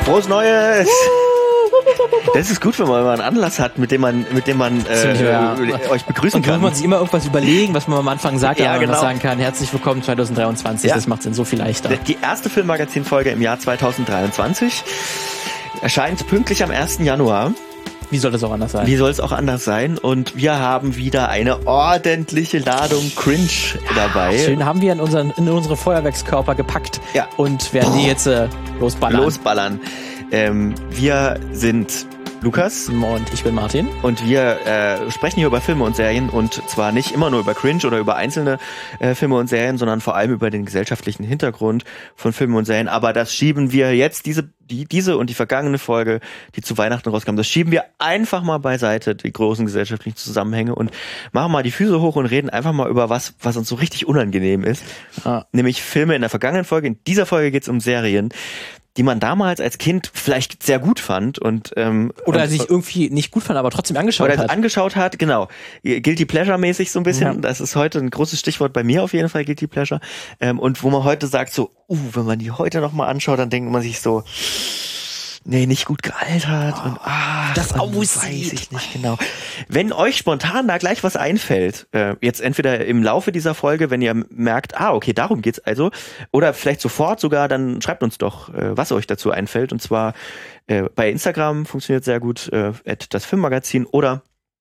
Frohes Neues! Das ist gut, wenn man mal einen Anlass hat, mit dem man euch begrüßen kann. Und man sich immer irgendwas überlegen, was man am Anfang sagt, ja, aber genau. man sagen kann, herzlich willkommen 2023, Ja. Das macht es dann so viel leichter. Die erste Filmmagazin-Folge im Jahr 2023 erscheint pünktlich am 1. Januar. Wie soll das auch anders sein? Wie soll es auch anders sein? Und wir haben wieder eine ordentliche Ladung Cringe dabei. Schön, haben wir in unsere Feuerwerkskörper gepackt und werden die jetzt losballern. Wir sind Lukas. Und ich bin Martin. Und wir sprechen hier über Filme und Serien und zwar nicht immer nur über Cringe oder über einzelne Filme und Serien, sondern vor allem über den gesellschaftlichen Hintergrund von Filmen und Serien. Aber das schieben wir jetzt, diese und die vergangene Folge, die zu Weihnachten rauskam, das schieben wir einfach mal beiseite, die großen gesellschaftlichen Zusammenhänge, und machen mal die Füße hoch und reden einfach mal über was uns so richtig unangenehm ist. Nämlich Filme in der vergangenen Folge. In dieser Folge geht es um Serien, die man damals als Kind vielleicht sehr gut fand und sich irgendwie nicht gut fand, aber trotzdem angeschaut hat. Genau. Guilty Pleasure-mäßig so ein bisschen. Ja. Das ist heute ein großes Stichwort bei mir auf jeden Fall, Guilty Pleasure. Und wo man heute sagt so, wenn man die heute nochmal anschaut, dann denkt man sich so, nee, nicht gut gealtert und das weiß ich nicht genau. Wenn euch spontan da gleich was einfällt, jetzt entweder im Laufe dieser Folge, wenn ihr merkt, okay, darum geht's also, oder vielleicht sofort sogar, dann schreibt uns doch, was euch dazu einfällt, und zwar bei Instagram funktioniert sehr gut, @dasfilmmagazin, oder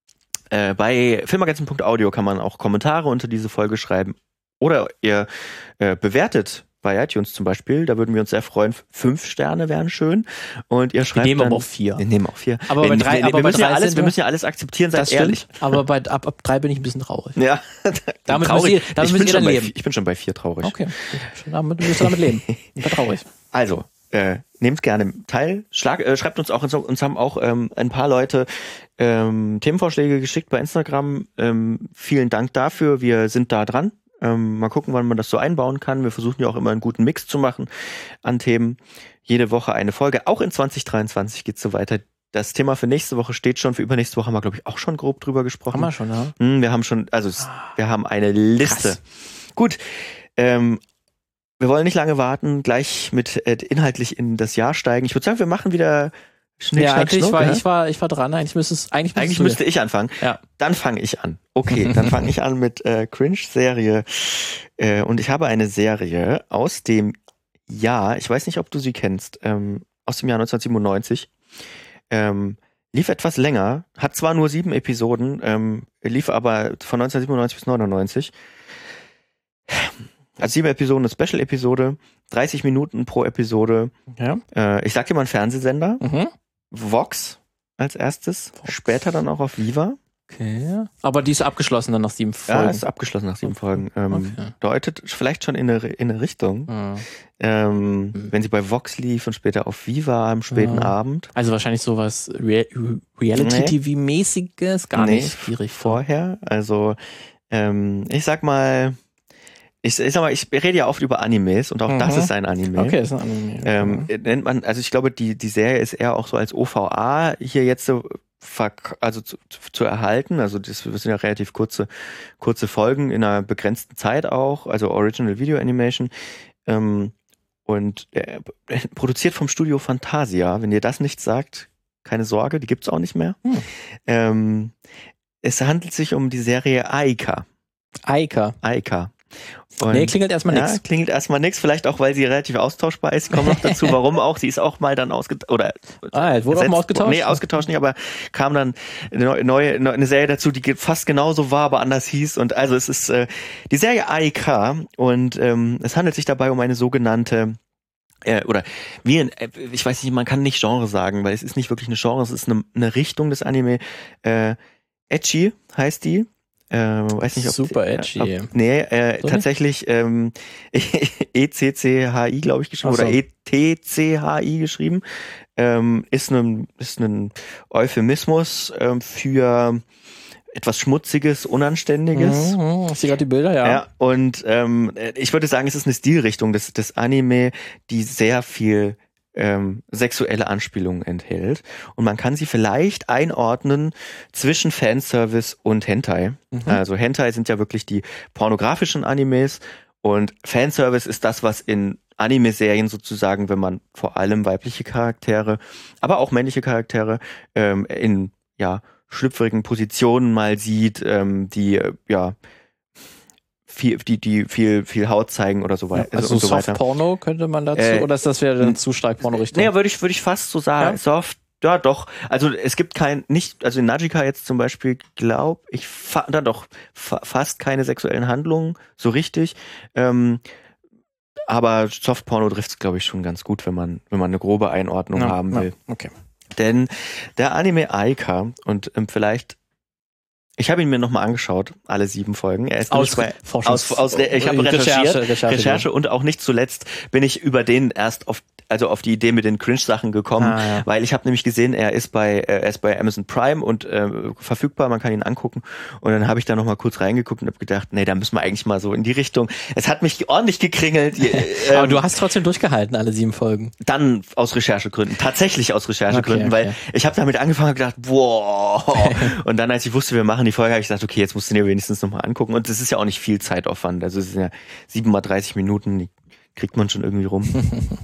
bei filmmagazin.audio kann man auch Kommentare unter diese Folge schreiben, oder ihr bewertet bei iTunes zum Beispiel, da würden wir uns sehr freuen. 5 Sterne wären schön. Und ihr schreibt wir nehmen aber auch 4. Wir nehmen auch 4. Aber bei 3, wir müssen ja alles akzeptieren, seid ehrlich. Aber ab 3 bin ich ein bisschen traurig. Ja. Damit müsst ihr dann leben. Ich bin schon bei 4 traurig. Okay. Damit müsst ihr damit leben. Ich bin traurig. Also, nehmt gerne teil. Schreibt uns auch, uns haben auch ein paar Leute Themenvorschläge geschickt bei Instagram. Vielen Dank dafür. Wir sind da dran. Mal gucken, wann man das so einbauen kann. Wir versuchen ja auch immer einen guten Mix zu machen an Themen. Jede Woche eine Folge. Auch in 2023 geht's so weiter. Das Thema für nächste Woche steht schon. Für übernächste Woche haben wir, glaube ich, auch schon grob drüber gesprochen. Haben wir schon, ja. Wir haben eine Liste. Krass. Gut. Wir wollen nicht lange warten. Gleich mit inhaltlich in das Jahr steigen. Ich würde sagen, wir machen wieder Schnick, Schnack, Schnuck, ich war dran. Eigentlich müsste ich anfangen. Ja. Dann fange ich an. Okay, dann fange ich an mit Cringe-Serie. Und ich habe eine Serie aus dem Jahr, ich weiß nicht, ob du sie kennst, aus dem Jahr 1997. Lief etwas länger, hat zwar nur 7 Episoden, lief aber von 1997 bis 99. Also 7 Episoden, eine Special-Episode, 30 Minuten pro Episode. Ja. Ich sag dir mal einen Fernsehsender. Vox als erstes, später dann auch auf Viva. Okay. Aber die ist abgeschlossen dann nach 7 Folgen. Ja, ist abgeschlossen nach 7 Folgen. Deutet vielleicht schon in eine Richtung. Wenn sie bei Vox lief und später auf Viva am späten Abend. Also wahrscheinlich sowas Reality-TV-mäßiges, gar nicht die Richtung. Vorher, also ich sag mal, ich rede ja oft über Animes und auch das ist ein Anime. Okay, ist ein Anime. Nennt man, also ich glaube, die Serie ist eher auch so als OVA hier jetzt so zu erhalten. Also das sind ja relativ kurze Folgen in einer begrenzten Zeit auch, also Original Video Animation. Und produziert vom Studio Fantasia. Wenn ihr das nicht sagt, keine Sorge, die gibt's auch nicht mehr. Es handelt sich um die Serie Aika. Und klingelt erstmal nichts. Ja, klingelt erstmal nichts, vielleicht auch, weil sie relativ austauschbar ist. Ich komme noch dazu, warum auch. Sie ist auch mal dann ausgetauscht. Wurde auch mal ausgetauscht? Nee, ausgetauscht nicht, aber kam dann eine Serie dazu, die fast genauso war, aber anders hieß. Und also es ist die Serie Aika, und es handelt sich dabei um eine sogenannte ich weiß nicht, man kann nicht Genre sagen, weil es ist nicht wirklich eine Genre, es ist eine Richtung des Anime. Ecchi heißt die. Weiß nicht, ob super edgy. Tatsächlich ECCHI, glaube ich, geschrieben, oder ETCHI geschrieben. Ist ein Euphemismus für etwas Schmutziges, Unanständiges. Ich sehe gerade die Bilder, ja. Ja, und ich würde sagen, es ist eine Stilrichtung des Anime, die sehr viel sexuelle Anspielungen enthält. Und man kann sie vielleicht einordnen zwischen Fanservice und Hentai. Also Hentai sind ja wirklich die pornografischen Animes und Fanservice ist das, was in Anime-Serien sozusagen, wenn man vor allem weibliche Charaktere, aber auch männliche Charaktere in schlüpfrigen Positionen mal sieht, die viel Haut zeigen oder so weiter. Also so Soft-Porno könnte man dazu, oder ist das wäre dann zu stark Porno-Richtung? Naja, würde ich fast so sagen. Ja? Soft, ja doch. Also es gibt also in Najika jetzt zum Beispiel, glaube ich, fast keine sexuellen Handlungen, so richtig. Aber Soft-Porno trifft es, glaube ich, schon ganz gut, wenn man eine grobe Einordnung haben will. Okay. Denn der Anime Aika, und vielleicht, ich habe ihn mir nochmal angeschaut, alle 7 Folgen. Er ist ich habe Recherche und auch nicht zuletzt bin ich über den erst auf die Idee mit den Cringe-Sachen gekommen, weil ich habe nämlich gesehen, er ist bei Amazon Prime und verfügbar, man kann ihn angucken. Und dann habe ich da nochmal kurz reingeguckt und habe gedacht, nee, da müssen wir eigentlich mal so in die Richtung. Es hat mich ordentlich gekringelt. Aber du hast trotzdem durchgehalten, alle 7 Folgen. Dann tatsächlich aus Recherchegründen, weil ich habe damit angefangen und gedacht, boah. Und dann, als ich wusste, wir machen die Folge, habe ich gesagt, okay, jetzt musst du dir wenigstens nochmal angucken. Und das ist ja auch nicht viel Zeitaufwand. Also es sind ja 7 mal 30 Minuten, die kriegt man schon irgendwie rum.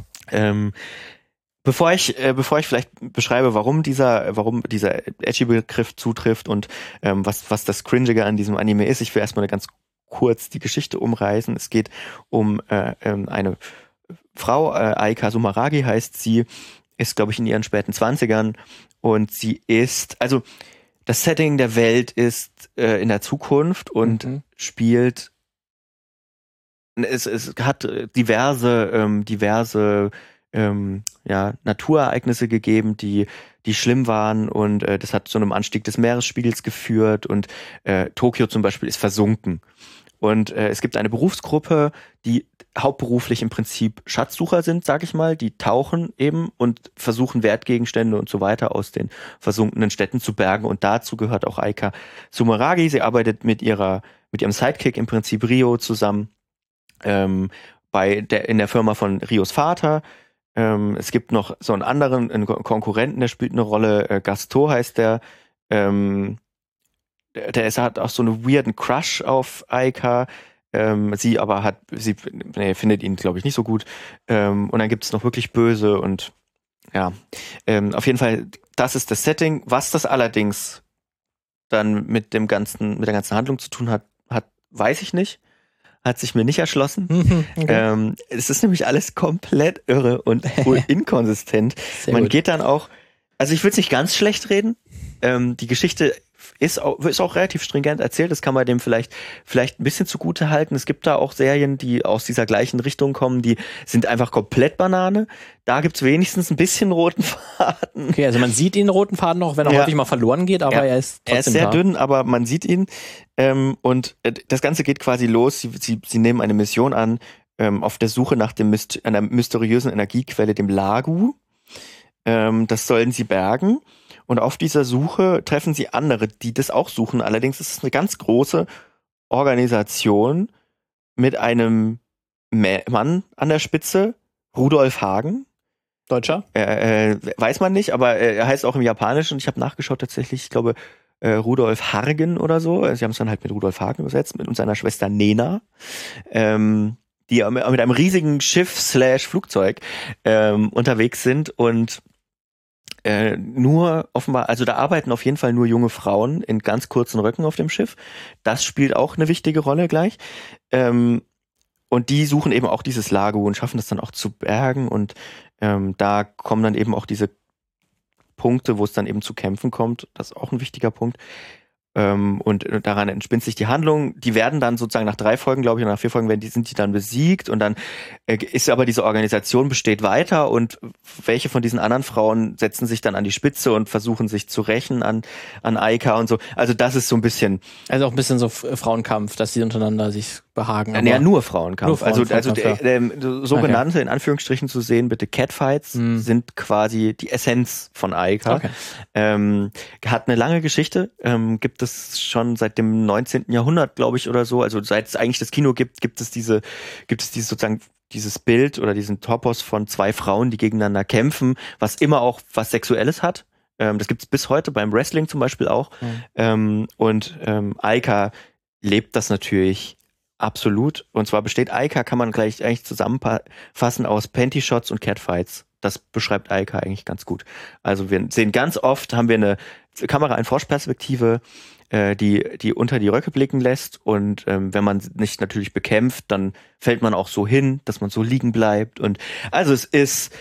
Bevor ich vielleicht beschreibe, warum dieser Edgy-Begriff zutrifft und was das Cringige an diesem Anime ist, ich will erstmal ganz kurz die Geschichte umreißen. Es geht um eine Frau, Aika Sumeragi heißt sie, ist, glaube ich, in ihren späten 20ern und sie ist, also das Setting der Welt ist in der Zukunft und spielt, es hat diverse Naturereignisse gegeben, die schlimm waren und das hat zu einem Anstieg des Meeresspiegels geführt und Tokio zum Beispiel ist versunken. Und es gibt eine Berufsgruppe, die hauptberuflich im Prinzip Schatzsucher sind, sag ich mal, die tauchen eben und versuchen Wertgegenstände und so weiter aus den versunkenen Städten zu bergen und dazu gehört auch Aika Sumeragi. Sie arbeitet mit ihrem Sidekick im Prinzip Rio zusammen in der Firma von Rios Vater. Es gibt noch so einen Konkurrenten, der spielt eine Rolle, Gaston heißt der, hat auch so einen weirden Crush auf Aika, sie findet ihn, glaube ich, nicht so gut, und dann gibt es noch wirklich Böse und auf jeden Fall, das ist das Setting. Was das allerdings dann mit der ganzen Handlung zu tun hat, weiß ich nicht. Hat sich mir nicht erschlossen. Okay. Es ist nämlich alles komplett irre und inkonsistent. Man geht dann auch, also ich will es nicht ganz schlecht reden. Die Geschichte ist auch relativ stringent erzählt. Das kann man dem vielleicht ein bisschen zugute halten. Es gibt da auch Serien, die aus dieser gleichen Richtung kommen, die sind einfach komplett Banane. Da gibt's wenigstens ein bisschen roten Faden. Okay, also man sieht den roten Faden noch, wenn er häufig mal verloren geht, aber er ist trotzdem Er ist sehr dünn, aber man sieht ihn. Und das Ganze geht quasi los. Sie nehmen eine Mission an, auf der Suche nach einer mysteriösen Energiequelle, dem Lagu. Das sollen sie bergen. Und auf dieser Suche treffen sie andere, die das auch suchen. Allerdings ist es eine ganz große Organisation mit einem Mann an der Spitze, Rudolf Hagen. Deutscher? Weiß man nicht, aber er heißt auch im Japanischen. Ich habe nachgeschaut tatsächlich, ich glaube Rudolf Hargen oder so. Sie haben es dann halt mit Rudolf Hagen übersetzt, mit seiner Schwester Nena. Die mit einem riesigen Schiff/Flugzeug unterwegs sind und nur offenbar, also da arbeiten auf jeden Fall nur junge Frauen in ganz kurzen Röcken auf dem Schiff. Das spielt auch eine wichtige Rolle gleich. Und die suchen eben auch dieses Lago und schaffen das dann auch zu bergen. Und da kommen dann eben auch diese Punkte, wo es dann eben zu Kämpfen kommt. Das ist auch ein wichtiger Punkt. Und daran entspinnt sich die Handlung. Die werden dann sozusagen nach 3 Folgen, glaube ich, oder nach 4 Folgen sind die dann besiegt und dann ist aber diese Organisation besteht weiter und welche von diesen anderen Frauen setzen sich dann an die Spitze und versuchen sich zu rächen an Aika und so. Also das ist so ein bisschen... Also auch ein bisschen so Frauenkampf, dass die untereinander sich behagen. Ja, nur Frauenkampf. Also sogenannte, in Anführungsstrichen zu sehen, bitte Catfights sind quasi die Essenz von Aika. Okay. Hat eine lange Geschichte, gibt es schon seit dem 19. Jahrhundert, glaube ich, oder so. Also seit es eigentlich das Kino gibt es sozusagen dieses Bild oder diesen Topos von 2 Frauen, die gegeneinander kämpfen, was immer auch was Sexuelles hat. Das gibt es bis heute beim Wrestling zum Beispiel auch. Und Aika lebt das natürlich absolut. Und zwar besteht Aika, kann man gleich eigentlich zusammenfassen aus Panty-Shots und Catfights. Das beschreibt Aika eigentlich ganz gut. Also wir sehen ganz oft, haben wir eine Kamera in Froschperspektive, die unter die Röcke blicken lässt. Und wenn man nicht natürlich bekämpft, dann fällt man auch so hin, dass man so liegen bleibt. Und also es ist,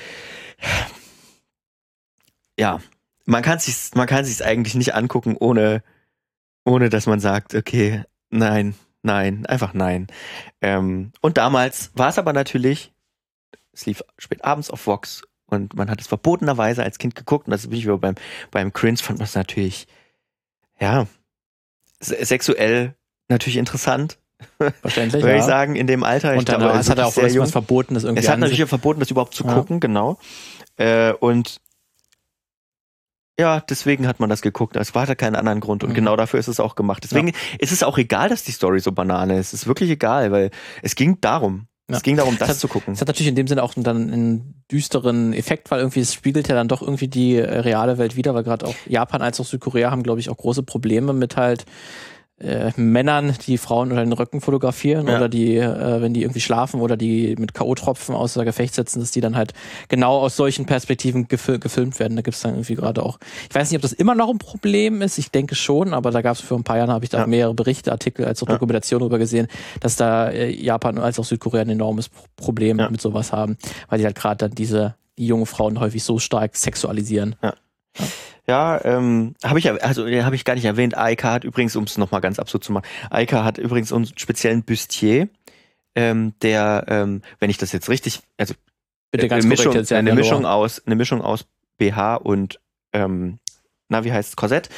ja, man kann sich's eigentlich nicht angucken, ohne dass man sagt, okay, nein, einfach nein. Und damals war es aber natürlich, es lief spät abends auf Vox und man hat es verbotenerweise als Kind geguckt und das bin ich wieder beim Cringe, fand man es natürlich, ja, sexuell natürlich interessant. Verständlich, würde ich sagen, in dem Alter. Und dann es hat er auch was verboten, das irgendwie. Es hat natürlich verboten, das überhaupt zu gucken, genau. Und ja, deswegen hat man das geguckt. Es hatte keinen anderen Grund und genau dafür ist es auch gemacht. Deswegen ist es auch egal, dass die Story so Banane ist. Es ist wirklich egal, weil es ging darum. Ja. Es ging darum, das zu gucken. Es hat natürlich in dem Sinne auch dann einen düsteren Effekt, weil irgendwie es spiegelt ja dann doch irgendwie die reale Welt wider, weil gerade auch Japan als auch Südkorea haben, glaube ich, auch große Probleme mit halt Männern, die Frauen unter den Röcken fotografieren oder die, wenn die irgendwie schlafen oder die mit K.O.-Tropfen außer Gefecht setzen, dass die dann halt genau aus solchen Perspektiven gefilmt werden. Da gibt's dann irgendwie gerade auch, ich weiß nicht, ob das immer noch ein Problem ist, ich denke schon, aber da gab's vor ein paar Jahren, habe ich da mehrere Berichte, Artikel als auch Dokumentationen darüber gesehen, dass da Japan als auch Südkorea ein enormes Problem mit sowas haben, weil die halt gerade dann die jungen Frauen häufig so stark sexualisieren. Ja, habe ich gar nicht erwähnt. Aika hat übrigens, um es nochmal ganz absurd zu machen, Aika hat übrigens einen speziellen Bustier, der, wenn ich das jetzt richtig, also bitte ganz korrekt, eine Mischung aus BH und wie heißt es, Korsett.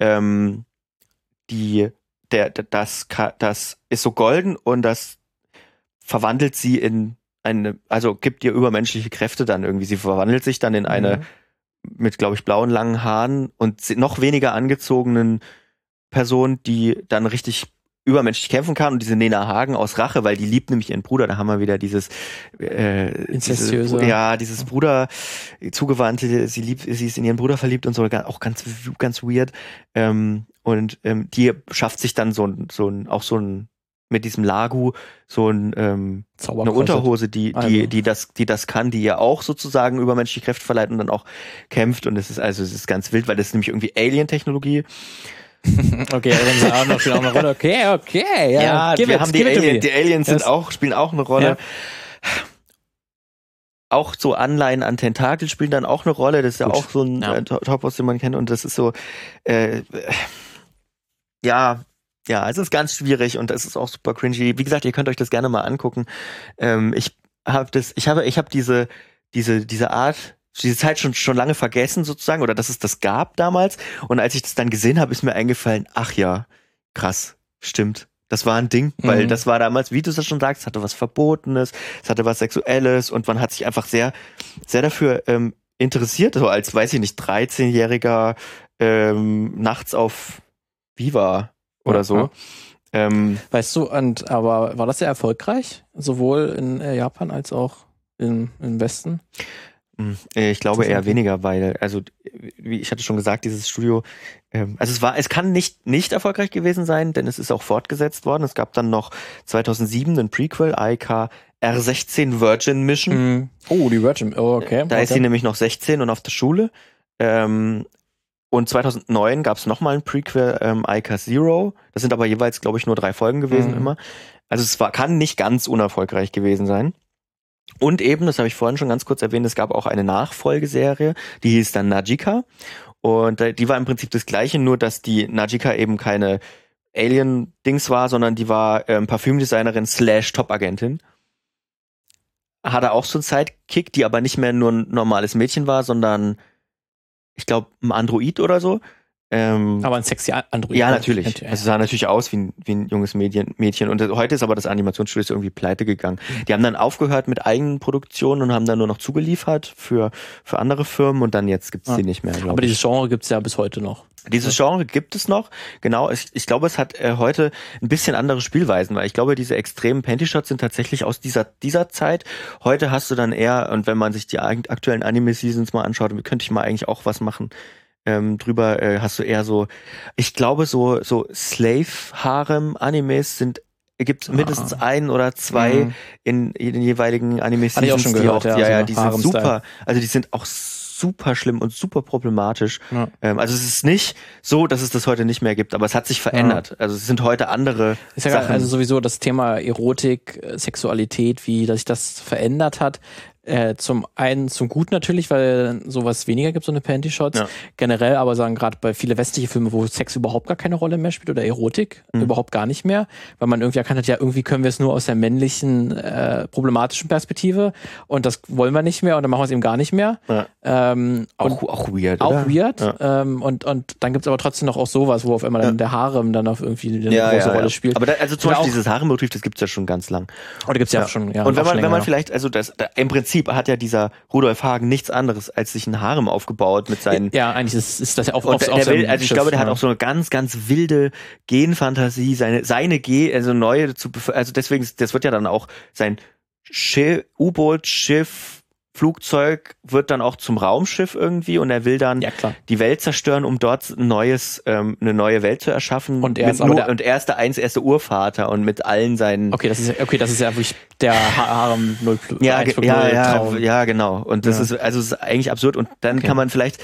Das ist so golden und das verwandelt sie in also gibt ihr übermenschliche Kräfte dann irgendwie. Sie verwandelt sich dann in eine mit, glaube ich, blauen, langen Haaren und noch weniger angezogenen Person, die dann richtig übermenschlich kämpfen kann. Und diese Nena Hagen aus Rache, weil die liebt nämlich ihren Bruder. Da haben wir wieder dieses incestuöse. Dieses Bruder zugewandte, sie ist in ihren Bruder verliebt und so, auch ganz weird. Die schafft sich dann mit diesem Lagu eine Unterhose, die das kann, die ja auch sozusagen übermenschliche Kräfte verleiht und dann auch kämpft. Und es ist ganz wild, weil das ist nämlich irgendwie Alien-Technologie. Okay, Aliens sind auch noch spielen auch eine Rolle. Okay. Ja, die Aliens spielen auch eine Rolle. Ja. Auch so Anleihen an Tentakel spielen dann auch eine Rolle. Das ist ja auch so ein Topos, den man kennt. Und das ist so, ja, es ist ganz schwierig und es ist auch super cringy. Wie gesagt, ihr könnt euch das gerne mal angucken. Ich habe diese Art, diese Zeit schon lange vergessen sozusagen, oder dass es das gab damals. Und als ich das dann gesehen habe, ist mir eingefallen, ach ja, krass, stimmt. Das war ein Ding, weil das war damals, wie du es schon sagst, es hatte was Verbotenes, es hatte was Sexuelles und man hat sich einfach sehr, sehr dafür interessiert, so als, weiß ich nicht, 13-Jähriger nachts auf Viva oder so. Weißt du, aber war das sehr erfolgreich? Sowohl in Japan als auch im Westen? Ich glaube eher weniger, weil, also, wie ich hatte schon gesagt, dieses Studio, es kann nicht erfolgreich gewesen sein, denn es ist auch fortgesetzt worden. Es gab dann noch 2007 einen Prequel, Aika R16 Virgin Mission. Oh, die Virgin, okay. Da ist sie nämlich noch 16 und auf der Schule. Und 2009 gab es nochmal ein Prequel, Aika Zero. Das sind aber jeweils, glaube ich, nur 3 Folgen gewesen immer. Also es kann nicht ganz unerfolgreich gewesen sein. Und eben, das habe ich vorhin schon ganz kurz erwähnt, es gab auch eine Nachfolgeserie, die hieß dann Najika. Und die war im Prinzip das Gleiche, nur dass die Najika eben keine Alien-Dings war, sondern die war Parfümdesignerin / Top-Agentin. Hatte auch so einen Sidekick, die aber nicht mehr nur ein normales Mädchen war, sondern ich glaube, ein Android oder so. Aber ein sexy Android. Ja, natürlich. Also sah natürlich aus wie ein junges Mädchen. Und heute ist aber das Animationsstudio irgendwie pleite gegangen. Die haben dann aufgehört mit eigenen Produktionen und haben dann nur noch zugeliefert für andere Firmen und dann jetzt gibt's die nicht mehr. Aber dieses Genre gibt's ja bis heute noch. Dieses Genre gibt es noch, genau. Ich glaube, es hat heute ein bisschen andere Spielweisen, weil ich glaube, diese extremen Panty-Shots sind tatsächlich aus dieser Zeit. Heute hast du dann eher, und wenn man sich die aktuellen Anime-Seasons mal anschaut, könnte ich mal eigentlich auch was machen, drüber hast du eher so, ich glaube, so Slave-Harem-Animes sind gibt's mindestens ein oder zwei in den jeweiligen Anime-Seasons. Hatte ich auch schon gehört, die sind super. Also die sind auch super schlimm und super problematisch. Ja. Also es ist nicht so, dass es das heute nicht mehr gibt, aber es hat sich verändert. Also es sind heute andere Sachen. Also sowieso das Thema Erotik, Sexualität, wie sich das verändert hat. Zum einen zum Guten natürlich, weil sowas weniger gibt, so eine Panty-Shots. Ja. Generell aber sagen gerade bei viele westliche Filme, wo Sex überhaupt gar keine Rolle mehr spielt oder Erotik überhaupt gar nicht mehr, weil man irgendwie erkannt hat, ja, irgendwie können wir es nur aus der männlichen, problematischen Perspektive und das wollen wir nicht mehr und dann machen wir es eben gar nicht mehr. Ja. Auch weird, auch oder? weird. Ja. Und dann gibt's aber trotzdem noch auch sowas, wo auf einmal dann der Harem dann auf irgendwie eine große Rolle spielt. Aber also zum Beispiel dieses Harem-Motiv, das gibt's ja schon ganz lang. Oder gibt's ja auch schon, ja. Und wenn man vielleicht, also im Prinzip hat ja dieser Rudolf Hagen nichts anderes als sich ein Harem aufgebaut mit seinen. Ja, eigentlich ist das ja auf der will, also ich glaube, der hat auch so eine ganz, ganz wilde Genfantasie, seine also neue also deswegen, das wird ja dann auch sein U-Boot, Schiff, Flugzeug wird dann auch zum Raumschiff irgendwie und er will dann die Welt zerstören, um dort eine neue Welt zu erschaffen. Und er ist der erste Urvater und mit allen seinen. Okay, das ist ja wirklich der Harem 0+. Ja, genau. Und das ist eigentlich absurd. Und dann kann man vielleicht,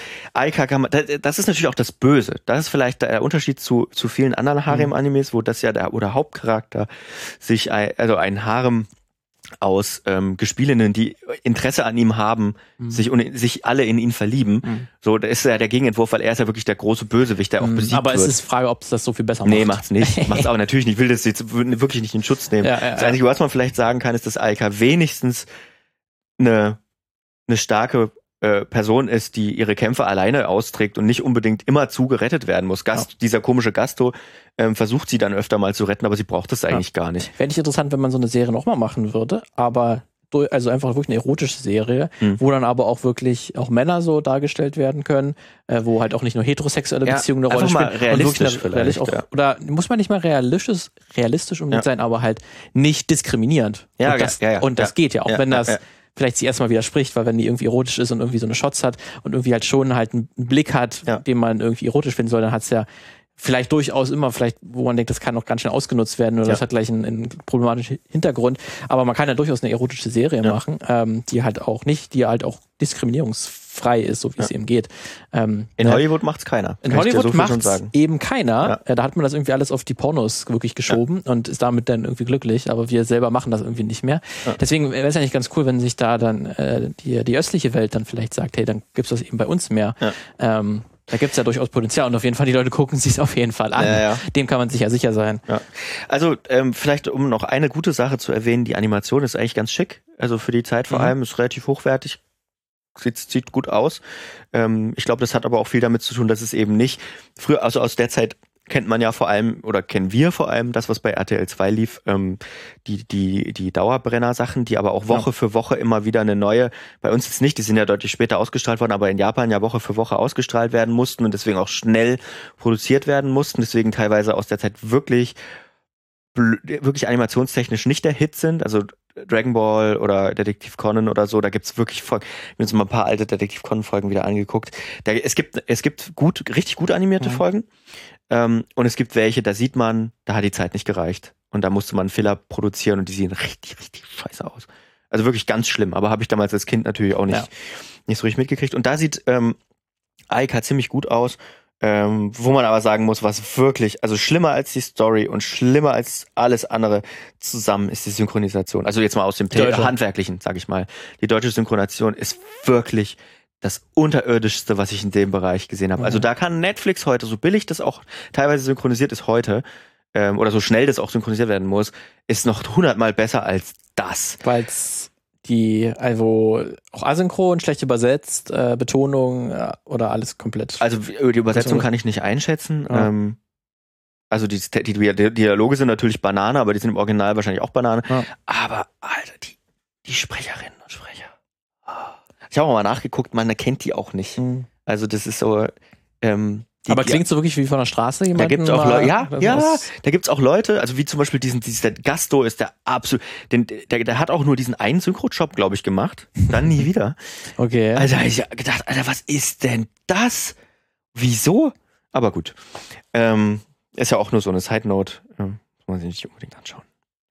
das ist natürlich auch das Böse. Das ist vielleicht der Unterschied zu vielen anderen Harem-Animes, wo das ja der Hauptcharakter sich, also ein Harem aus Gespielinnen, die Interesse an ihm haben, sich alle in ihn verlieben. So, da ist ja der Gegenentwurf, weil er ist ja wirklich der große Bösewicht, der auch besiegt wird. Aber es ist die Frage, ob es das so viel besser macht. Nee, macht's nicht. Macht's auch natürlich nicht. Ich will das jetzt wirklich nicht in Schutz nehmen. Das Einzige, was man vielleicht sagen kann, ist, dass Aika wenigstens eine starke Person ist, die ihre Kämpfe alleine austrägt und nicht unbedingt immer gerettet werden muss. Dieser komische Gasto versucht sie dann öfter mal zu retten, aber sie braucht das eigentlich gar nicht. Fände ich interessant, wenn man so eine Serie nochmal machen würde, aber also einfach wirklich eine erotische Serie, wo dann aber auch wirklich auch Männer so dargestellt werden können, wo halt auch nicht nur heterosexuelle Beziehungen eine Rolle spielen. Realistisch vielleicht. Oder muss man nicht mal realistisch unbedingt sein, aber halt nicht diskriminierend. Und das geht ja, auch wenn das vielleicht sich erstmal widerspricht, weil wenn die irgendwie erotisch ist und irgendwie so eine Shots hat und irgendwie halt schon halt einen Blick hat, den man irgendwie erotisch finden soll, dann hat's ja vielleicht durchaus immer, wo man denkt, das kann auch ganz schnell ausgenutzt werden oder das hat gleich einen problematischen Hintergrund. Aber man kann ja durchaus eine erotische Serie machen, die halt auch diskriminierungsfrei ist, so wie es eben geht. In Hollywood macht's keiner. In Hollywood macht's eben keiner. Da hat man das irgendwie alles auf die Pornos wirklich geschoben und ist damit dann irgendwie glücklich. Aber wir selber machen das irgendwie nicht mehr. Deswegen wäre es ja nicht ganz cool, wenn sich da dann die östliche Welt dann vielleicht sagt, hey, dann gibt's das eben bei uns mehr. Da gibt's ja durchaus Potenzial und auf jeden Fall, die Leute gucken sich es auf jeden Fall an. Dem kann man sich ja sicher sein. Ja. Also vielleicht, um noch eine gute Sache zu erwähnen, die Animation ist eigentlich ganz schick. Also für die Zeit vor allem, ist relativ hochwertig. Sieht gut aus. Ich glaube, das hat aber auch viel damit zu tun, dass es eben nicht früher, also aus der Zeit kennt man ja vor allem, oder kennen wir vor allem das, was bei RTL 2 lief, die Dauerbrenner-Sachen, die aber auch Woche für Woche immer wieder eine neue, bei uns jetzt nicht, die sind ja deutlich später ausgestrahlt worden, aber in Japan ja Woche für Woche ausgestrahlt werden mussten und deswegen auch schnell produziert werden mussten, deswegen teilweise aus der Zeit wirklich animationstechnisch nicht der Hit sind, also Dragon Ball oder Detektiv Conan oder so, da gibt's wirklich Folgen. Wir haben uns mal ein paar alte Detektiv Conan Folgen wieder angeguckt. Es gibt richtig gut animierte Folgen. Und es gibt welche, da sieht man, da hat die Zeit nicht gereicht. Und da musste man Filler produzieren und die sehen richtig, richtig scheiße aus. Also wirklich ganz schlimm. Aber habe ich damals als Kind natürlich auch nicht so richtig mitgekriegt. Und da sieht Aika ziemlich gut aus. Wo man aber sagen muss, was wirklich, also schlimmer als die Story und schlimmer als alles andere zusammen ist die Synchronisation. Also jetzt mal aus dem Handwerklichen, sag ich mal. Die deutsche Synchronisation ist wirklich das Unterirdischste, was ich in dem Bereich gesehen habe. Also da kann Netflix heute, so billig das auch teilweise synchronisiert ist heute, oder so schnell das auch synchronisiert werden muss, ist noch 100-mal besser als das. Weil's also auch asynchron, schlecht übersetzt, Betonung oder alles komplett. Also die Übersetzung kann ich nicht einschätzen. Ja. Also die Dialoge sind natürlich Banane, aber die sind im Original wahrscheinlich auch Banane. Ja. Aber Alter, die Sprecherinnen und Sprecher. Ich habe auch mal nachgeguckt, man erkennt die auch nicht. Also das ist so. Aber klingt so wirklich wie von der Straße jemand? Da gibt's auch da gibt's auch Leute, also wie zum Beispiel dieser Gasto ist der absolut, der hat auch nur diesen einen Synchro-Job, glaube ich, gemacht. Dann nie wieder. Okay. Also habe ich gedacht, Alter, was ist denn das? Wieso? Aber gut. Ist ja auch nur so eine Side-Note. Muss man sich nicht unbedingt anschauen.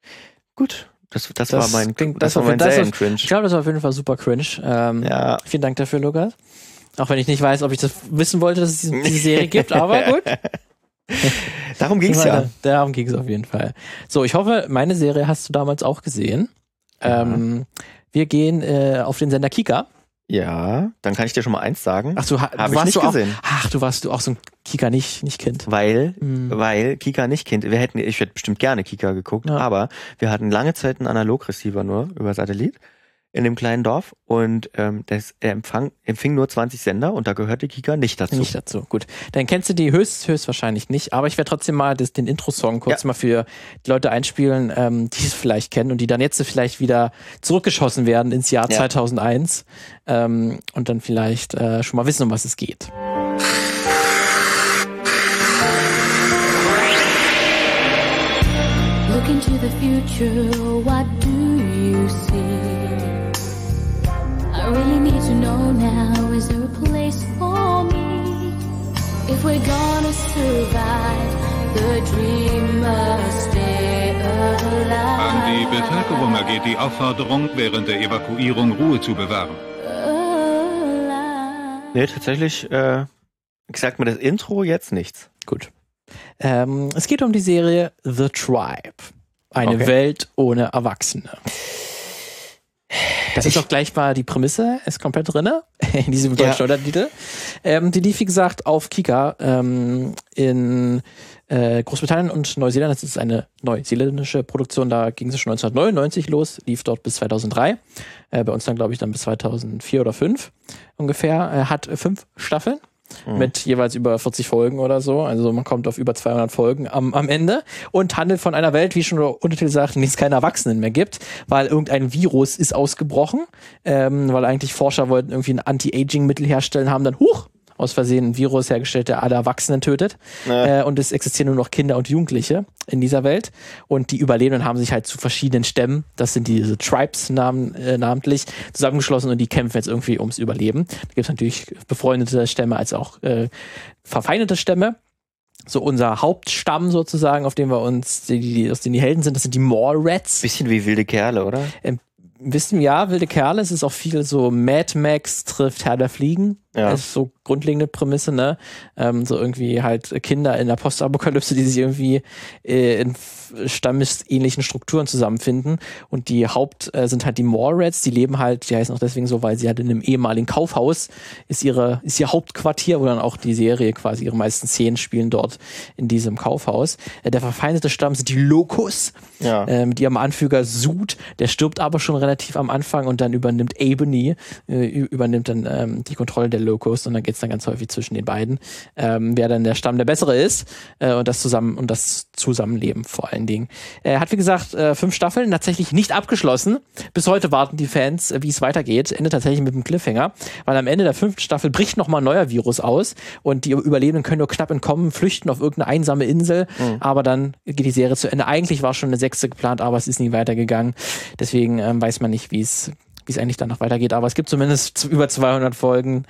Gut. Das war mein Serien-Cringe. Ich glaube, das war auf jeden Fall super cringe. Ja. Vielen Dank dafür, Lukas. Auch wenn ich nicht weiß, ob ich das wissen wollte, dass es diese Serie gibt, aber gut. Darum ging's ja. Darum ging's auf jeden Fall. So, ich hoffe, meine Serie hast du damals auch gesehen. Ja. Wir gehen auf den Sender Kika. Ja, dann kann ich dir schon mal eins sagen. Ach, du warst gesehen. Du warst auch so ein Kika nicht Kind. Weil Kika nicht Kind. Ich hätte bestimmt gerne Kika geguckt, aber wir hatten lange Zeit einen Analogreceiver nur über Satellit in dem kleinen Dorf und er empfing nur 20 Sender und da gehörte Kika nicht dazu. Nicht dazu, gut. Dann kennst du die höchstwahrscheinlich nicht, aber ich werde trotzdem mal den Intro-Song kurz mal für die Leute einspielen, die es vielleicht kennen und die dann jetzt vielleicht wieder zurückgeschossen werden ins Jahr 2001 und dann vielleicht schon mal wissen, um was es geht. Look into the future, what do you see? I really need to know now, is there a place for me? If we're gonna survive, the dream must stay alive. An die Bevölkerung ergeht die Aufforderung, während der Evakuierung Ruhe zu bewahren. Nee, tatsächlich sagt mir das Intro jetzt nichts. Gut. Es geht um die Serie The Tribe. Eine Welt ohne Erwachsene. Das ist auch gleich mal die Prämisse, ist komplett drin in diesem deutschen Untertitel. Die lief, wie gesagt, auf Kika in Großbritannien und Neuseeland. Das ist eine neuseeländische Produktion, da ging es schon 1999 los, lief dort bis 2003. Bei uns dann, glaube ich, dann bis 2004 oder 2005 ungefähr. Hat 5 Staffeln. Mit jeweils über 40 Folgen oder so. Also man kommt auf über 200 Folgen am Ende und handelt von einer Welt, wie schon der Untertitel sagt, in der es keine Erwachsenen mehr gibt, weil irgendein Virus ist ausgebrochen, weil eigentlich Forscher wollten irgendwie ein Anti-Aging-Mittel herstellen, haben dann, aus Versehen ein Virus hergestellt, der alle Erwachsenen tötet. Und es existieren nur noch Kinder und Jugendliche in dieser Welt. Und die Überlebenden haben sich halt zu verschiedenen Stämmen, das sind diese Tribes namentlich, zusammengeschlossen und die kämpfen jetzt irgendwie ums Überleben. Da gibt es natürlich befreundete Stämme als auch verfeindete Stämme. So unser Hauptstamm sozusagen, auf dem wir uns, aus denen die Helden sind, das sind die Mallrats. Bisschen wie wilde Kerle, oder? Wissen ja, wilde Kerle, es ist auch viel so Mad Max trifft Herr der Fliegen. Ja. Das ist so grundlegende Prämisse, ne? So irgendwie halt Kinder in der Postapokalypse, die sich irgendwie in stammesähnlichen Strukturen zusammenfinden. Und die sind halt die Mallrats, die leben halt, die heißen auch deswegen so, weil sie halt in einem ehemaligen Kaufhaus ist ihr Hauptquartier, wo dann auch die Serie quasi ihre meisten Szenen spielen dort in diesem Kaufhaus. Der verfeindete Stamm sind die Locus, mit ihrem Anführer Sud, der stirbt aber schon relativ am Anfang und dann übernimmt Ebony, übernimmt dann die Kontrolle der Locust und dann geht's dann ganz häufig zwischen den beiden, wer dann der Stamm der Bessere ist und das Zusammenleben vor allen Dingen. Hat wie gesagt 5 Staffeln, tatsächlich nicht abgeschlossen. Bis heute warten die Fans, wie es weitergeht. Endet tatsächlich mit einem Cliffhanger, weil am Ende der 5. Staffel bricht nochmal ein neuer Virus aus und die Überlebenden können nur knapp entkommen, flüchten auf irgendeine einsame Insel, aber dann geht die Serie zu Ende. Eigentlich war schon eine 6. geplant, aber es ist nie weitergegangen. Deswegen weiß man nicht, wie es eigentlich danach weitergeht, aber es gibt zumindest über 200 Folgen,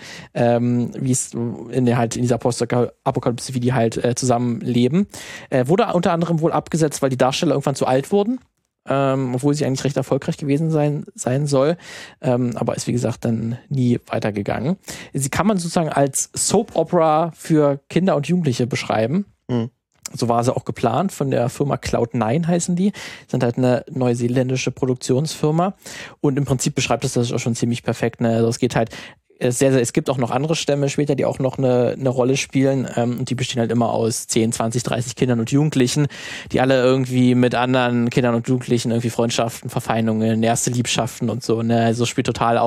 wie es in dieser Postapokalypse, wie die halt zusammenleben. Wurde unter anderem wohl abgesetzt, weil die Darsteller irgendwann zu alt wurden, obwohl sie eigentlich recht erfolgreich gewesen sein soll, aber ist wie gesagt dann nie weitergegangen. Sie kann man sozusagen als Soap-Opera für Kinder und Jugendliche beschreiben. So war sie auch geplant von der Firma Cloud9 heißen die. Sind halt eine neuseeländische Produktionsfirma. Und im Prinzip beschreibt das auch schon ziemlich perfekt. Ne? Also es geht halt es gibt auch noch andere Stämme später, die auch noch eine Rolle spielen. Und die bestehen halt immer aus 10, 20, 30 Kindern und Jugendlichen, die alle irgendwie mit anderen Kindern und Jugendlichen irgendwie Freundschaften, Verfeindungen, erste Liebschaften und so. Ne? Also spielt die total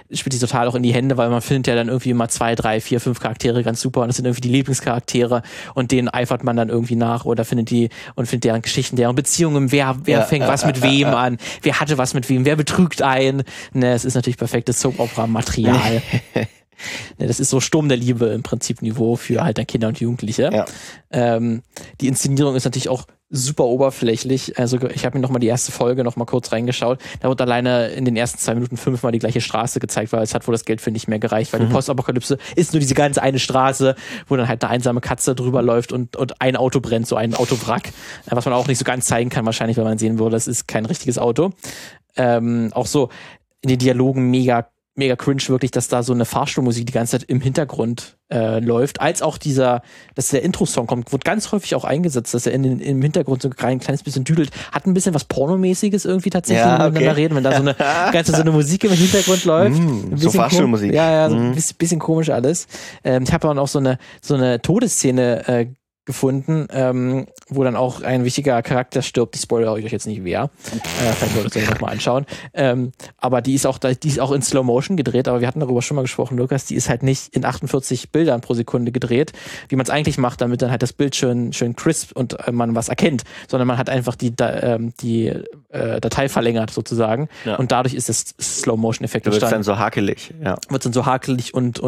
auch in die Hände, weil man findet ja dann irgendwie immer 2, 3, 4, 5 Charaktere ganz super und das sind irgendwie die Lieblingscharaktere und denen eifert man dann irgendwie nach oder findet deren Geschichten, deren Beziehungen, wer fängt was mit wem an, wer hatte was mit wem, wer betrügt ein. Ne, es ist natürlich perfektes Soap-Opera-Material. Das ist so Sturm der Liebe im Prinzip Niveau für halt dann Kinder und Jugendliche. Ja. Die Inszenierung ist natürlich auch super oberflächlich. Also ich habe mir nochmal die erste Folge nochmal kurz reingeschaut. Da wird alleine in den ersten 2 Minuten 5-mal die gleiche Straße gezeigt, weil es hat wohl das Geld für nicht mehr gereicht, weil die Postapokalypse ist nur diese ganz eine Straße, wo dann halt eine einsame Katze drüber läuft und ein Auto brennt, so ein Autowrack, was man auch nicht so ganz zeigen kann wahrscheinlich, weil man sehen würde, das ist kein richtiges Auto. Auch so in den Dialogen mega cringe wirklich, dass da so eine Fahrstuhlmusik die ganze Zeit im Hintergrund läuft, als auch dass der Intro-Song kommt, wird ganz häufig auch eingesetzt, dass er im Hintergrund so ein kleines bisschen düdelt, hat ein bisschen was Pornomäßiges irgendwie tatsächlich, miteinander reden, wenn da so eine Musik im Hintergrund läuft. So Fahrstuhlmusik. Ja, so ein bisschen komisch alles. Ich habe auch noch so eine Todesszene gefunden, wo dann auch ein wichtiger Charakter stirbt. Die spoilere ich euch jetzt nicht wer. Vielleicht solltet ihr euch nochmal anschauen. Aber die ist auch in Slow Motion gedreht, aber wir hatten darüber schon mal gesprochen, Lukas, die ist halt nicht in 48 Bildern pro Sekunde gedreht, wie man es eigentlich macht, damit dann halt das Bild schön crisp und man was erkennt, sondern man hat einfach die Datei verlängert sozusagen und dadurch ist das Slow Motion Effekt entstanden. Wird dann so hakelig. Ja. Wird dann so hakelig und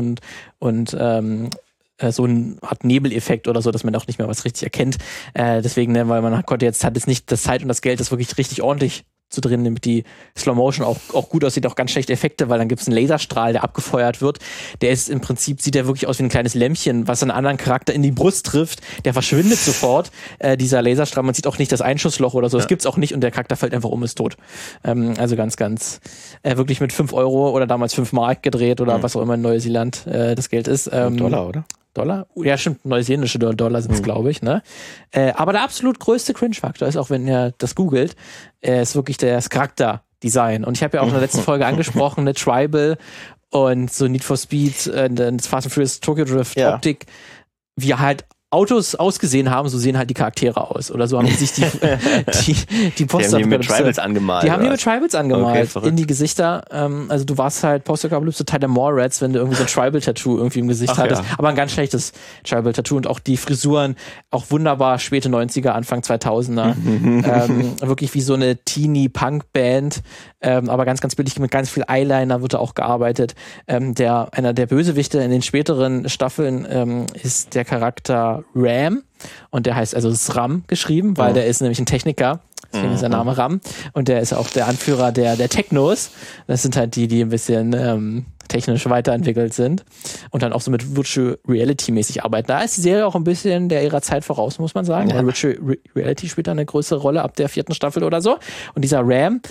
so ein Art Nebeleffekt oder so, dass man auch nicht mehr was richtig erkennt. Deswegen, weil man hat jetzt nicht das Zeit und das Geld, das wirklich richtig ordentlich zu drehen, damit die Slow Motion auch gut aussieht, auch ganz schlechte Effekte, weil dann gibt es einen Laserstrahl, der abgefeuert wird. Der ist im Prinzip, sieht der wirklich aus wie ein kleines Lämpchen, was einen anderen Charakter in die Brust trifft. Der verschwindet sofort. Dieser Laserstrahl, man sieht auch nicht das Einschussloch oder so, das gibt's auch nicht und der Charakter fällt einfach um, ist tot. Also ganz wirklich mit 5 Euro oder damals 5 Mark gedreht oder was auch immer in Neuseeland das Geld ist. Dollar, oder? Dollar? Ja, stimmt, neuseeländische Dollar sind es, glaube ich, ne? Aber der absolut größte Cringe-Faktor ist, auch wenn ihr das googelt, ist wirklich das Charakterdesign. Und ich habe ja auch in der letzten Folge angesprochen, eine Tribal und so Need for Speed, das Fast and Furious Tokyo Drift Optik, wie halt Autos ausgesehen haben, so sehen halt die Charaktere aus. Oder so haben sich die Poster... Die haben die mit Tribals angemalt. Die haben die mit Tribals angemalt okay, in die Gesichter. Also du warst halt Postapokalypse Teil der Mallrats, wenn du irgendwie so ein Tribal-Tattoo irgendwie im Gesicht hattest. Ja. Aber ein ganz schlechtes Tribal-Tattoo und auch die Frisuren, auch wunderbar späte 90er, Anfang 2000er. Wirklich wie so eine Teenie-Punk-Band. Aber ganz billig, mit ganz viel Eyeliner wird da auch gearbeitet. Einer der Bösewichte in den späteren Staffeln ist der Charakter Ram und der heißt, also es ist Ram geschrieben, weil der ist nämlich ein Techniker, deswegen ist der Name Ram und der ist auch der Anführer der Technos. Das sind halt die ein bisschen technisch weiterentwickelt sind und dann auch so mit Virtual Reality mäßig arbeiten. Da ist die Serie auch ein bisschen der ihrer Zeit voraus, muss man sagen. Ja. Virtual Reality spielt da eine größere Rolle ab der 4. Staffel oder so. Und dieser Ram,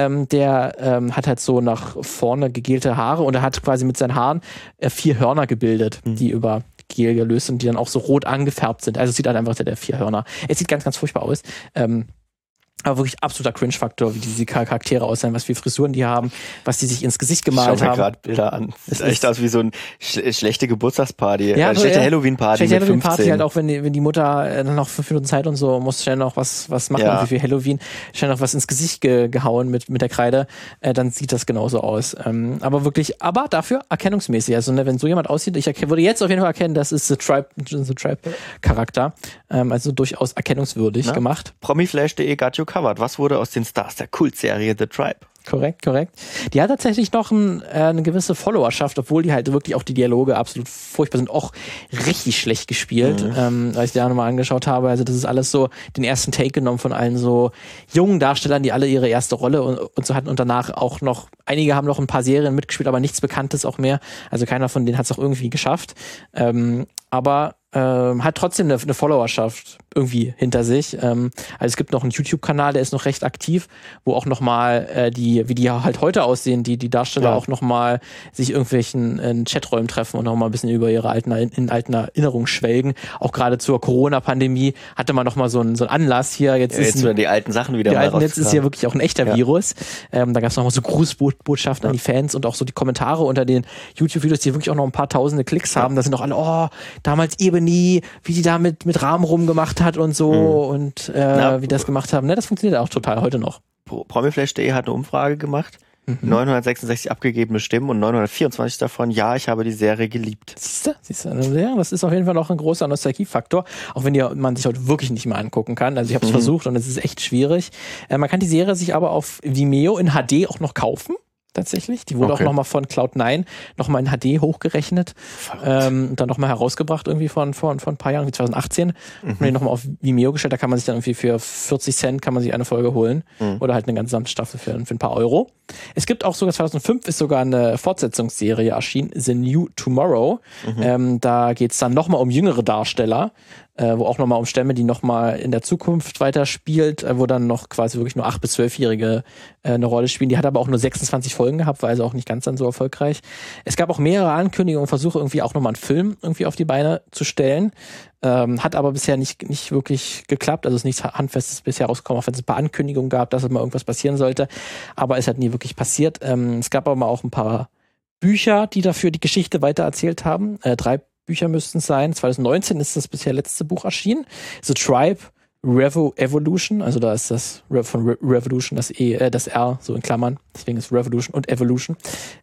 der hat halt so nach vorne gegelte Haare und er hat quasi mit seinen Haaren 4 Hörner gebildet, die über Gel gelöst und die dann auch so rot angefärbt sind. Also es sieht halt einfach der 4 Hörner. Es sieht ganz furchtbar aus. Aber wirklich absoluter Cringe-Faktor, wie diese Charaktere aussehen, was für Frisuren die haben, was die sich ins Gesicht gemalt haben. Ich schau mir gerade Bilder an. Das sieht echt aus wie so eine schlechte Geburtstagsparty. Ja, schlechte Halloween-Party mit 15. Party halt auch, wenn die Mutter dann noch 5 Minuten Zeit und so, muss schnell noch was machen für Halloween, schnell noch was ins Gesicht gehauen mit der Kreide, dann sieht das genauso aus. Aber dafür erkennungsmäßig. Also wenn so jemand aussieht, ich würde jetzt auf jeden Fall erkennen, das ist The Tribe-Charakter. Also durchaus erkennungswürdig gemacht. Promiflash.de got you covered. Was wurde aus den Stars der Kultserie The Tribe? Korrekt. Die hat tatsächlich noch eine gewisse Followerschaft, obwohl die halt wirklich auch die Dialoge absolut furchtbar sind, auch richtig schlecht gespielt, als ich da nochmal angeschaut habe. Also das ist alles so den ersten Take genommen von allen so jungen Darstellern, die alle ihre erste Rolle und so hatten und danach auch noch, einige haben noch ein paar Serien mitgespielt, aber nichts Bekanntes auch mehr. Also keiner von denen hat es auch irgendwie geschafft. Aber hat trotzdem eine Followerschaft irgendwie hinter sich. Also es gibt noch einen YouTube-Kanal, der ist noch recht aktiv, wo auch nochmal wie die halt heute aussehen, die Darsteller auch nochmal sich irgendwelchen Chaträumen treffen und nochmal ein bisschen über ihre alten Erinnerungen schwelgen. Auch gerade zur Corona-Pandemie hatte man nochmal so einen Anlass hier. Jetzt die alten Sachen wieder mal Jetzt ist ja wirklich auch ein echter Virus. Da gab es nochmal so Grußbotschaften an die Fans und auch so die Kommentare unter den YouTube-Videos, die wirklich auch noch ein paar tausende Klicks haben. Da sind auch alle, damals Ebony, wie die da mit Rahmen rumgemacht hat und so und wie das gemacht haben. Ne, das funktioniert auch total heute noch. Promiflash.de hat eine Umfrage gemacht. 966 abgegebene Stimmen und 924 davon, ja, ich habe die Serie geliebt. Siehst du? Ja, das ist auf jeden Fall noch ein großer Nostalgiefaktor, auch wenn man sich heute wirklich nicht mehr angucken kann. Also ich habe es versucht und es ist echt schwierig. Man kann die Serie sich aber auf Vimeo in HD auch noch kaufen. tatsächlich. Die wurde Okay. auch nochmal von Cloud9 nochmal in HD hochgerechnet und dann nochmal herausgebracht irgendwie von ein paar Jahren, wie 2018. Und die nochmal auf Vimeo gestellt. Da kann man sich dann irgendwie für 40 Cent kann man sich eine Folge holen oder halt eine gesamte Staffel für ein paar Euro. Es gibt auch sogar 2005 ist sogar eine Fortsetzungsserie erschienen, The New Tomorrow. Da geht es dann nochmal um jüngere Darsteller, wo auch nochmal um Stämme, die nochmal in der Zukunft weiterspielt, wo dann noch quasi wirklich nur 8- bis 12-Jährige eine Rolle spielen. Die hat aber auch nur 26 Folgen gehabt, war also auch nicht ganz dann so erfolgreich. Es gab auch mehrere Ankündigungen und Versuche, irgendwie auch nochmal einen Film irgendwie auf die Beine zu stellen. Hat aber bisher nicht wirklich geklappt. Also es ist nichts Handfestes bisher rausgekommen, auch wenn es ein paar Ankündigungen gab, dass mal irgendwas passieren sollte. Aber es hat nie wirklich passiert. Es gab aber mal auch ein paar Bücher, die dafür die Geschichte weitererzählt haben. 3 Bücher müssten es sein. 2019 ist das bisher letzte Buch erschienen. The Tribe Evolution, also da ist das von Revolution das R so in Klammern. Deswegen ist Revolution und Evolution.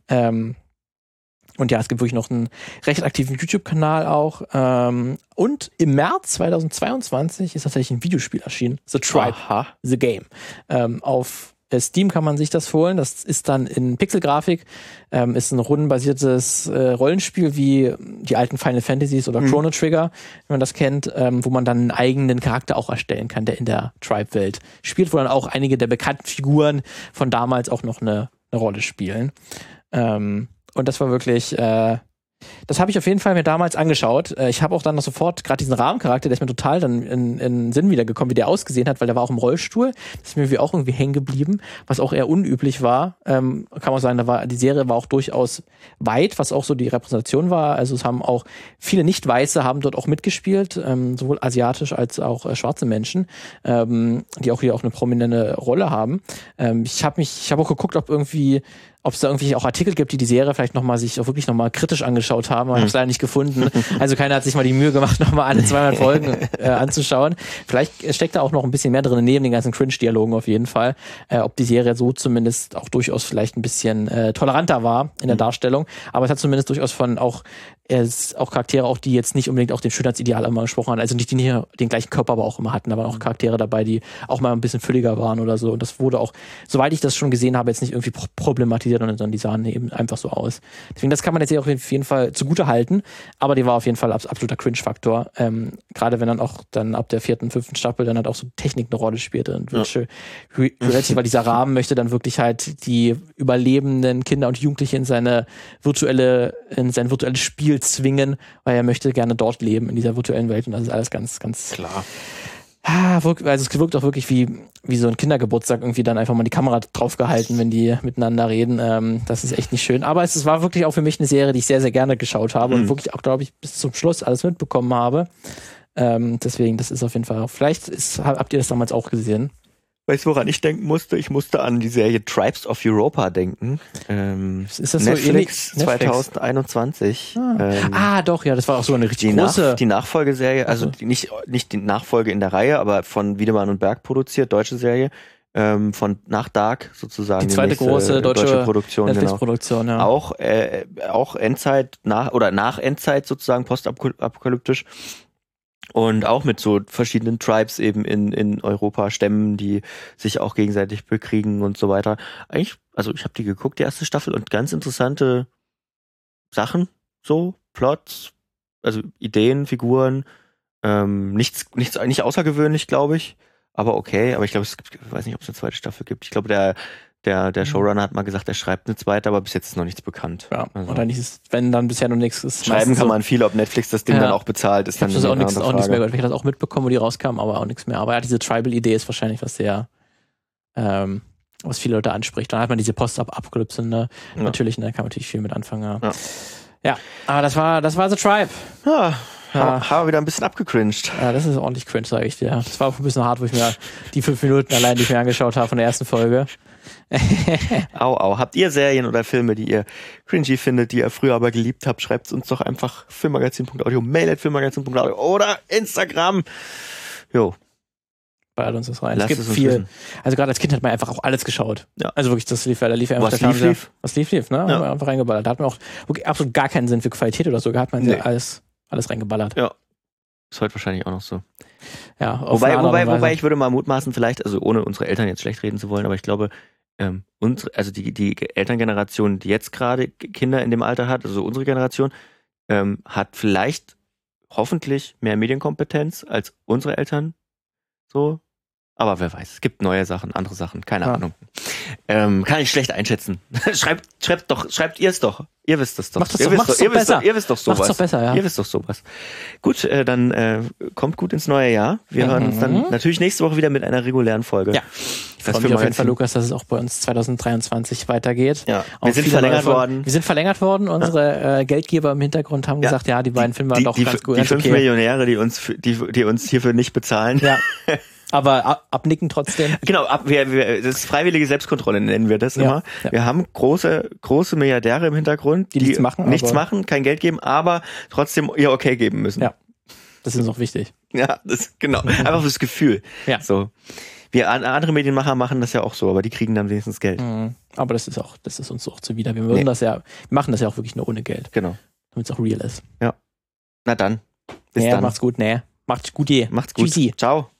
Und ja, es gibt wirklich noch einen recht aktiven YouTube-Kanal auch. Und im März 2022 ist tatsächlich ein Videospiel erschienen. The Tribe, The Game. Auf Steam kann man sich das holen. Das ist dann in Pixelgrafik. Ist ein rundenbasiertes Rollenspiel wie die alten Final Fantasies oder Chrono Trigger, wenn man das kennt, wo man dann einen eigenen Charakter auch erstellen kann, der in der Tribe-Welt spielt, wo dann auch einige der bekannten Figuren von damals auch noch eine Rolle spielen. Und das war wirklich, das habe ich auf jeden Fall mir damals angeschaut. Ich habe auch dann noch sofort gerade diesen Rahmencharakter, der ist mir total dann in Sinn wiedergekommen, wie der ausgesehen hat, weil der war auch im Rollstuhl. Das ist mir auch irgendwie hängen geblieben, was auch eher unüblich war. Kann man sagen, die Serie war auch durchaus weit, was auch so die Repräsentation war. Also es haben auch viele Nicht-Weiße haben dort auch mitgespielt, sowohl asiatisch als auch schwarze Menschen, die auch hier auch eine prominente Rolle haben. Ich habe auch geguckt, ob es da irgendwie auch Artikel gibt, die die Serie vielleicht sich auch wirklich nochmal kritisch angeschaut haben. Aber ich habe es leider nicht gefunden. Also keiner hat sich mal die Mühe gemacht, nochmal alle 200 Folgen anzuschauen. Vielleicht steckt da auch noch ein bisschen mehr drin, neben den ganzen Cringe-Dialogen auf jeden Fall. Ob die Serie so zumindest auch durchaus vielleicht ein bisschen toleranter war in der Darstellung. Aber es hat zumindest durchaus auch Charaktere, auch die jetzt nicht unbedingt auch dem Schönheitsideal immer gesprochen haben. Also nicht die den gleichen Körper aber auch immer hatten. Da waren auch Charaktere dabei, die auch mal ein bisschen fülliger waren oder so. Und das wurde auch, soweit ich das schon gesehen habe, jetzt nicht irgendwie problematisiert, sondern die sahen eben einfach so aus. Deswegen, das kann man jetzt hier auf jeden Fall zugute halten. Aber die war auf jeden Fall absoluter Cringe-Faktor. Gerade wenn dann auch ab der 4., 5. Staffel dann halt auch so Technik eine Rolle spielte. Und weil dieser Rahmen möchte dann wirklich halt die überlebenden Kinder und Jugendliche in sein virtuelles Spiel zwingen, weil er möchte gerne dort leben, in dieser virtuellen Welt. Und das ist alles ganz, ganz klar. Also es wirkt auch wirklich wie so ein Kindergeburtstag, irgendwie dann einfach mal die Kamera draufgehalten, wenn die miteinander reden. Das ist echt nicht schön. Aber es war wirklich auch für mich eine Serie, die ich sehr, sehr gerne geschaut habe und wirklich auch, glaube ich, bis zum Schluss alles mitbekommen habe. Deswegen, das ist auf jeden Fall, habt ihr das damals auch gesehen? Weißt du, woran ich denken musste? Ich musste an die Serie Tribes of Europa denken. Ist das Netflix so ähnlich? 2021. Doch, ja, das war auch so eine richtig große... Die Nachfolgeserie, also nicht die Nachfolge in der Reihe, aber von Wiedemann und Berg produziert, deutsche Serie, von nach Dark sozusagen. Die zweite große deutsche Produktion, Netflix-Produktion, genau. Ja. Auch Endzeit, nach Endzeit sozusagen, postapokalyptisch. Und auch mit so verschiedenen Tribes eben in Europa, Stämmen, die sich auch gegenseitig bekriegen und so weiter. Eigentlich, also ich habe die geguckt, die erste Staffel, und ganz interessante Sachen, so Plots, also Ideen, Figuren, nicht außergewöhnlich, glaube ich, aber okay. Aber ich glaube, ich weiß nicht, ob es eine zweite Staffel gibt. Ich glaube, der Showrunner hat mal gesagt, er schreibt eine zweite, aber bis jetzt ist noch nichts bekannt. Ja, also. Oder nicht, wenn dann bisher noch nichts ist. Schreiben kann man viel, ob Netflix das Ding dann auch bezahlt, ist dann eine andere Frage. Auch nichts mehr gehört. Ich habe das auch mitbekommen, wo die rauskamen, aber auch nichts mehr. Aber ja, diese Tribal-Idee ist wahrscheinlich was sehr, was viele Leute anspricht. Dann hat man diese Post-Apokalypse, natürlich, da kann man natürlich viel mit anfangen. Ja, aber das war The Tribe. Ja. Haben wir wieder ein bisschen abgecringed. Ja, das ist ordentlich cringe, sage ich dir. Das war auch ein bisschen hart, wo ich mir die 5 Minuten allein, die ich mir angeschaut habe von der ersten Folge. Au. Habt ihr Serien oder Filme, die ihr cringy findet, die ihr früher aber geliebt habt? Schreibt es uns doch einfach filmmagazin.audio, mail@filmmagazin.audio oder Instagram. Jo. Bei uns das rein. Lasst es gibt es viel. wissen. Also gerade als Kind hat man einfach auch alles geschaut. Ja. Also wirklich, da lief einfach Was der Fernseher. lief? Was lief, ne? Ja. Haben wir einfach reingeballert. Da hat man auch wirklich absolut gar keinen Sinn für Qualität oder so. Da hat man alles reingeballert. Ja. Ist heute wahrscheinlich auch noch so. Ja, Wobei ich würde mal mutmaßen, vielleicht, also ohne unsere Eltern jetzt schlecht reden zu wollen, aber ich glaube, also die Elterngeneration, die jetzt gerade Kinder in dem Alter hat, also unsere Generation, hat vielleicht hoffentlich mehr Medienkompetenz als unsere Eltern. So. Aber wer weiß, es gibt neue Sachen, andere Sachen, keine Ahnung. Kann ich schlecht einschätzen. Schreibt ihr es doch. Ihr wisst es doch. Macht das besser. Ihr wisst doch sowas. Macht's doch besser, ja. Ihr wisst doch sowas. Gut, dann kommt gut ins neue Jahr. Wir hören uns dann natürlich nächste Woche wieder mit einer regulären Folge. Ja. Ich freue mich auf jeden Fall, Lukas, dass es auch bei uns 2023 weitergeht. Ja. Wir sind verlängert worden. Wir sind verlängert worden. Unsere Geldgeber im Hintergrund haben gesagt, die beiden Filme waren doch ganz gut. Die 5 Millionäre, die uns hierfür nicht bezahlen. Ja. Aber abnicken trotzdem. Genau, das ist freiwillige Selbstkontrolle, nennen wir das immer. Ja. Wir haben große Milliardäre im Hintergrund, die nichts machen, kein Geld geben, aber trotzdem ihr Okay geben müssen. Ja, das ist auch wichtig. Ja, genau. Einfach fürs Gefühl. Ja. So. Wir andere Medienmacher machen das ja auch so, aber die kriegen dann wenigstens Geld. Aber das ist uns auch zuwider. Wir machen das ja auch wirklich nur ohne Geld. Genau. Damit es auch real ist. Ja. Na dann. Bis dann. Macht's gut. Macht's gut. Macht's gut. Tschüssi. Ciao.